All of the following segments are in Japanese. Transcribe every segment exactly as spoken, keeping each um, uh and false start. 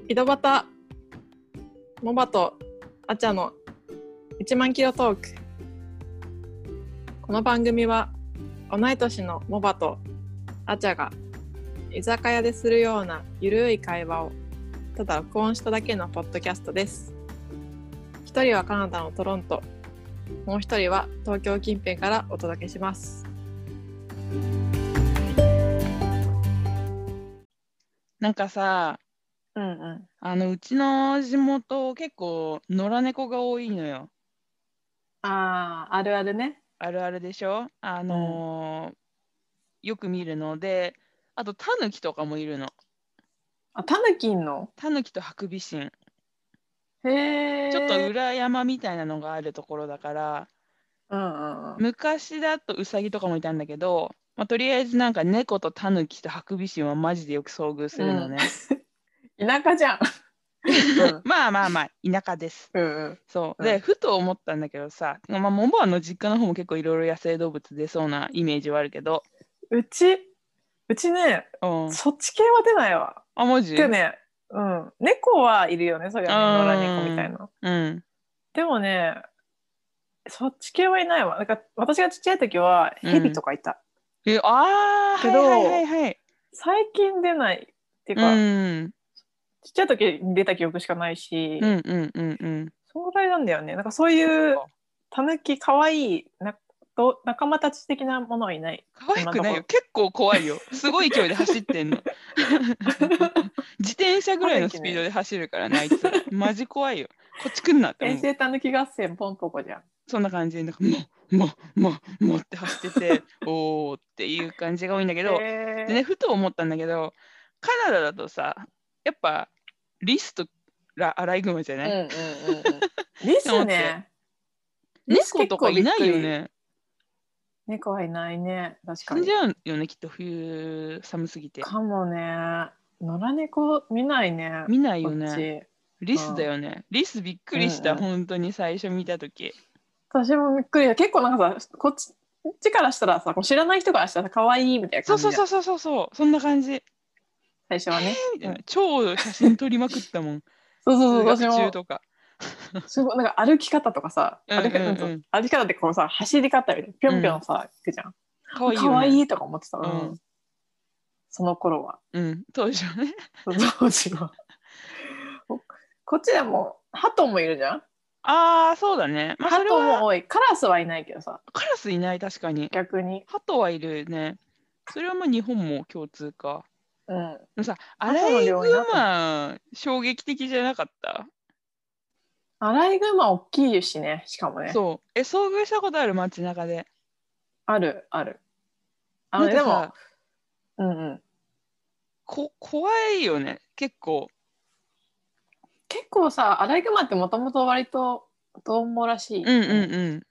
井戸端モバとアチャのいちまんキロトーク。この番組は同い年のモバとアチャが居酒屋でするようなゆるい会話をただ録音しただけのポッドキャストです。一人はカナダのトロント、もう一人は東京近辺からお届けします。 なんかさ、 うんうん、 あのうちの地元結構野良猫が多いのよ。 あーあるあるね。 あるあるでしょ。あのーよく見るので、あとタヌキとかもいるの。 あ、タヌキいんの？ タヌキとハクビシン。 へちょっとえ。 裏山みたいなのがあるところだから、 うんうんうん。 昔だとウサギとかもいたんだけど、まあ、とりあえずなんか猫とタヌキとハクビシンはマジでよく遭遇するのね。 うん、田舎じゃん。うん、 まあまあまあ、田舎です。 うんうんそうで、 うん。 ふと思ったんだけどさ、まあ、モンバアの実家の方も結構いろいろ野生動物出そうなイメージはあるけど、 うち、うちね、 うん。 そっち系は出ないわ。 あ、マジ？ けどね、うん、猫はいるよね、そりうゃね、野良猫みーん。 たいな。 うん。 でもね、そっち系はいないわ。なんか私がちっちゃい時はヘビうん。 とかいた。 え、ああ、 けはいはいはいど、 はい。 最近出ないっていううか、 ん。 ちっちゃい時に出た記憶しかないし、 うんうんうんうん。 そのぐらいなんだよね。なんかそうそっいうか。 タヌキ、かわいいなと仲間たち的なものはいない。 可愛くないよ。 今のところ。 結構怖いよ。すごい勢いで走ってんの。自転車ぐらいのタヌキね。 スピードで走るからね、あいつら。マジ怖いよ。こっち来んなって平思う。 成タヌキ合戦ポンポコじゃん。 そんな感じで、なんか、もう、もう、もう、もうって走ってて、おーっていう感じが多いんだけど、でね、 えふと思ったんだけど、カナダだとさ、やっぱ、リスとラアライグマじゃなー、ういっんうんうんうん。リて思って、 スね。リス猫結構びっとかいなくり。 いよね。 猫はいないね。確か死んじに。 ゃうよね、きっと冬寒すぎて。 かもね。野良猫見ないね。 見ないこよね。 っち。 リスだうん。 よね。リスびっくうりした、 んうん。 本当に最初見たとき。 私もびっくり。結構なんかさ、こっち、こっちからしたらさ、こう知らない人からしたら可愛いみたいな感じじゃん。 そうそうそうそうそうそう、そんな感じ。 最初はね。 みたいな。 うん。 超写真撮りまくったもん。 そうそうそう、 通学私も。 中とか。 すごい、なんか歩き方とかさ、 うん歩き、うんと、 うんうん。 歩き方ってこうさ、走り方みたいな。ぴょうん。 んぴょんさ、行くじゃん。 かわいいよね。 可愛いとか思ってた。うん。 うん。 その頃は。 うん。当時はね。 当時は。ここっちでも、鳩もいるじゃん。 ああ、そうだね。まあ、それは、 鳩も多い。カラスはいないけどさ、 カラスいない、確かに。 逆に。 ハトはいるね。それはまあ日本も共通か。 うん。 でもさ、アラ鳩のイグ量いいなと思う。 マ、衝撃的じゃなかった？ アライグマ大きいしね、しかもね。 そう。え、遭遇したことある？街中で。 ある、ある。あのね、でも、 なんかさ、 うんうん。 こ、怖いよね。結構。 結構さ、アライグマってもともと割と獰猛らしうんういね。 んうん。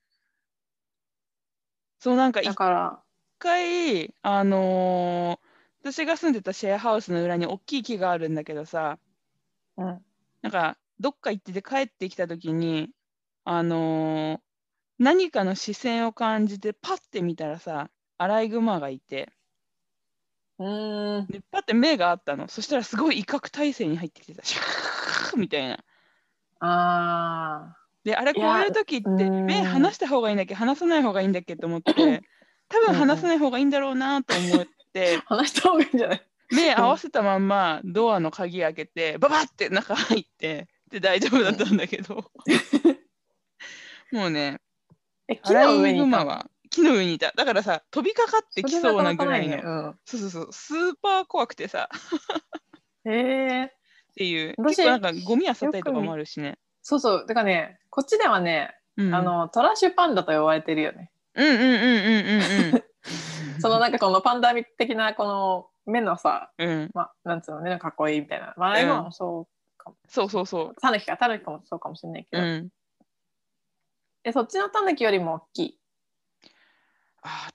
そう、なんかだ一から、 回、あのー私が住んでたシェアハウスの裏に大きい木があるんだけどさ、 うん。 なんか、どっか行ってて帰ってきた時に、あのー何かの視線を感じて、パッて見たらさ、アライグマがいて、 うーん。 で、パッて目があったの。そしたらすごい威嚇体制に入ってきてた。シャーみたいな。 あで、あれ、 ー。いや、 こういう時っうーて、目ん。 離した方がいいんだっけ、離さない方がいいんだっけと思って、多分うんうん。 離さない方がいいんだろうなと思って、 話した方がいいんじゃない？ 目合わうん。 せたまんまドアの鍵開けて、ババって中入って、で、大丈夫だったうん。 んだけど、もうね、 え、木の上アライにいたの？ グマは木の上にいた。だからさ、飛びかかってそれなかきそうななかないね。 ぐらいの、 うん。 そうそうそう、スーパー怖くてさ、 へえ。 っていう、結構なん私、 かゴミ漁ったりとかもあよく見、 るしね。 そうそう。だからね、こっちではね、 うん。 あの、トラッシュパンダと呼ばれてるよね。 うんうんうんうんうんそのなんかこのパンダ的なこの目のさ、 うん。うん。 ま、なんつうの、目のかっこいいみたいな。まあ、アライグマうん。 もそうかも。 そうそうそタヌキか、タヌキかもそうかもしれないけう。うど。 ん。 え、そっちのタヌキよりも大きい？ あった。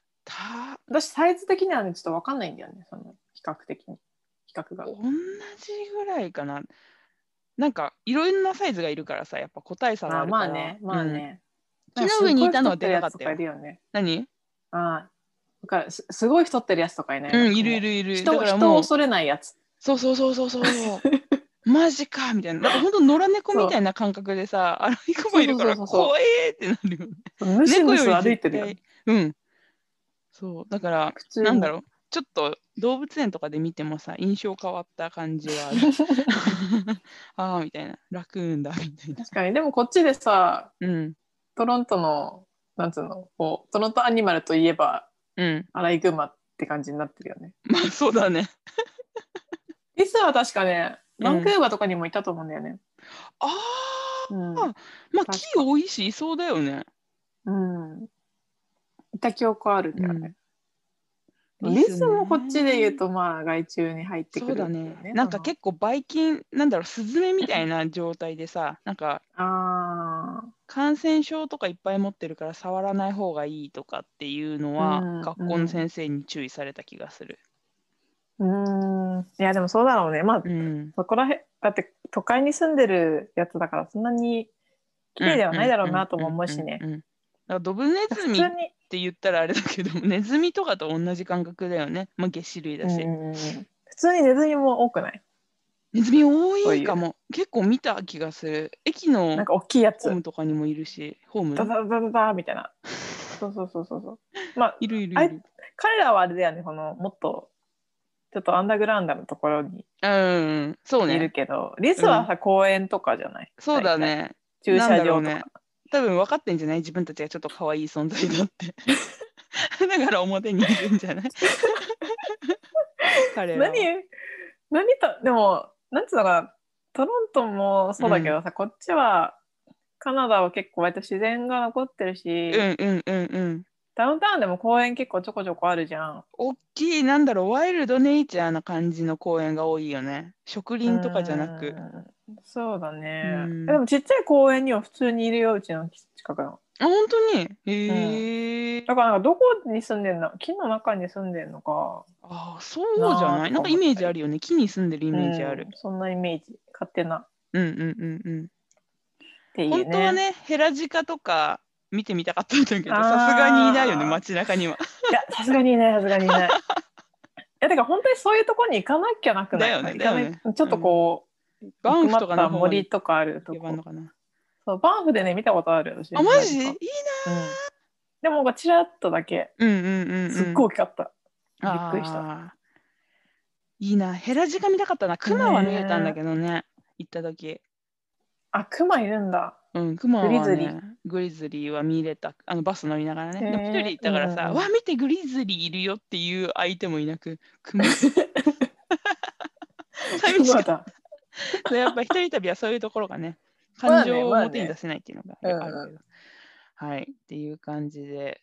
私、サイズ的にはね、ちょっとわかんないんだよね。その、比較的に。比較が。 同じぐらいかな。なんか、いろんなサイズがいるからさ、やっぱ個体差がああ、 るから。 まあね、まうん。 あね。なん木のかすっごい上にいたのは太ってるやつとでかかったよ。 かいるよね。 何？ あ、だからす、すごい太ってるやつとかいない？なうん、いるいんかもう、 るいる。だ人、 からもう、 人を恐れないやつ。 そうそうそうそうそう。 マジかみたいな。なんかほんと野良猫みたいな感覚でさ、アライグマいるからそうそうそうそう怖えってなるよね。 ぬしぬし猫より歩いてるよ。 絶対、うん。そう。だから、 普通になんだろう、ちょっと動物園とかで見てもさ、印象変わった感じはある。ああ、みたいな。ラクーンだ、みたいな。 確かに。でもこっちでさ、 うん。 トロントの、なんつうの、こう、トロントアニマルといえば、 うん。 アライグマって感じになってるよね。 まあ、そうだね。 リスは確かね、 うん。 バンクーバーとかにもいたと思うんだよね。 あうん。 あ、まあ、木確か。 多いし、いそうだよね。 うん。いた記憶あるんだよね。 うん。 リスリスもこっちで言うね。 と、まあ、害虫に入ってくそうだるよね。 ね。 なんかその結構ばい菌、なんだろう、スズメみたいな状態でさ、なんかああ、 感染症とかいっぱい持ってるから触らない方がいいとかっていうのは、 うん、 学校のうん。 先生に注意された気がする。 うーん。いや、でもそうだろうね。まあ、 うん。 そこらへん、だって都会に住んでるやつだから、そんなに綺麗ではないうんうんだろうなともうんうん思うしね。 うんうん。だからドブネズミっ普通に、 て言ったらあれだけど、ネズミとかと同じ感覚だよね。まあ、げっ歯類だうんし。 うんうん、普通にネズミも多くない？ ネズミ多そういう、 いかも。結構見た気がする。駅のなんか大きいやホーつ、 ムとかにもいるし、ホームダダダダダみたいな。そうそうそうそうそう。まあ、 いるいるあいいる。 彼らはあれだよね、この、もっと、ちょっとアンダーグラウンドのところにうん、そういるね。 けど、リスうん。 はさ、公園とかじゃないそう大体。 だね。 駐なん車場とか。 だろうね。多分分かってんじゃない？自分たちがちょっと可愛い存在だって。だから表にいるんじゃない？彼ら何は。 何と、でも、なんつうのかな、トロントもそうだけうん。 どさ、こっちは、カナダは結構割と自然が残ってるし、 うんうんうんうん。 ダウンタウンでも公園結構ちょこちょこあるじゃん。 大きい、なんだろう、ワイルドネイチャーな感じの公園が多いよね。植う林とかじゃなく。 ーん、そうだうね。えでん。 もちっちゃい公園には普通にいるよ、うちの近くの。 あ、本当に？ うん。 へえ。 だからなんかどこに住んでんの、木の中に住んでんのかああ、そうじゃなーとかない？なんかイメー思ったり。 ジあるよね。木に住んでるイうメージある。 ん、そんなイメージ、勝手なっうんうんうんうん。 ていうね。 本当はね、ヘラジカとか見てみたかったんだけど、さすがにいないよね、 あ街中には。 ー、いや、さすがにいない、さすがにいない。いや、てか本当にそういうところに行かなきゃなくない？ だよね、 行かない、 だよね。 ちょっとうん。 こう、奥バンフとかまったの方まで森とかある行けばんのとこ。 かな。 そう、バンフでね、見たことある、私、 あ、マヘラジカ。 ジいいなうん。でも、ちらっとだけ、 ー。うんうんうんすっうん。 ごい大きかった。びっくりした。 ああ、いいな。ヘラジカ見たかったな。クマは見れたんだねえ。 けどね、行った時。 あ、クマいるんだ。 うん、クマグリズリはね、グリズリーは見れた。あのバス乗りながらね。 ー。 でも一人でへえ、うん行ったからさ、わ、 うんうん。 見て、グリズリーいるよっていう相手もいなく、クマ。寂しかっクマだ。 た。やっぱ一人旅はそういうところがね、感まあね、 情を表に出まあね。 せないっていうのがうんうあるけど。はい、っていう感じです。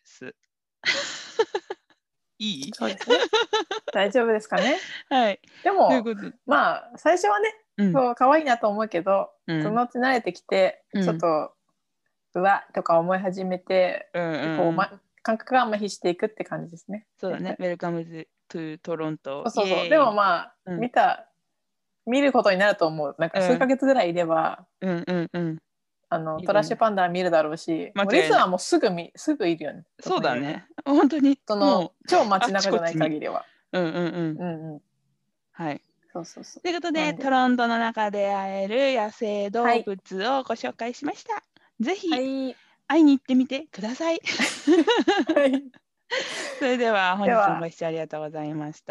いいん。そうですね。大丈夫ですかね。 はい。 でも、 ということで、 まあ、最初はね、 うん、 そう、可愛いなと思うけど、 うん、 そのうち慣れてきて、 うん、 ちょっと、うわとか思い始めて、 うん、うん、 こう、 うん。 ま、感覚が麻痺していくって感じですね。 そうだね。 大体。 ウェルカムトゥトロント。イそうそうそう。でもエーイ。 まあ、 うん、 見た、見ることになると思う。なんか数ヶうん、 月ぐらいいれば、 うん、うん、うん。 あの、トラッシュいるね。 パンダは見るだろうし、もうリス間違いない。 はもうすぐ見、すぐいるよね。どこにいるも。 そうだね。本当に、 その、 もう、 超あっち街中じゃないこっちに。 限りは。 うんうんうん。 うんうん。 はい。 そうそうそということう。なで、 んで。 トロントの中で会える野生動はい。 物をご紹介しました。ぜひ、 はい。 会いに行ってみてください。 はい。 それでは、本では、 日もご視聴ありがとうございました。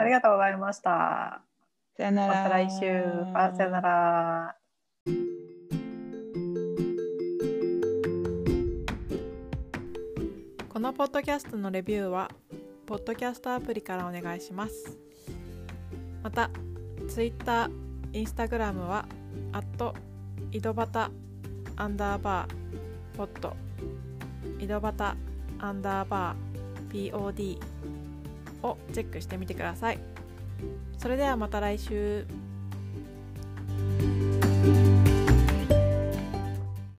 ありがとうございました。 さよなまた来週。あ、さよなら。 ら。 このポッドキャストのレビューはポッドキャストアプリからお願いします。また Twitter、Instagram はアット井戸端アンダーバーポッド井戸端アンダーバー ピーオーディー をチェックしてみてください。それではまた来週。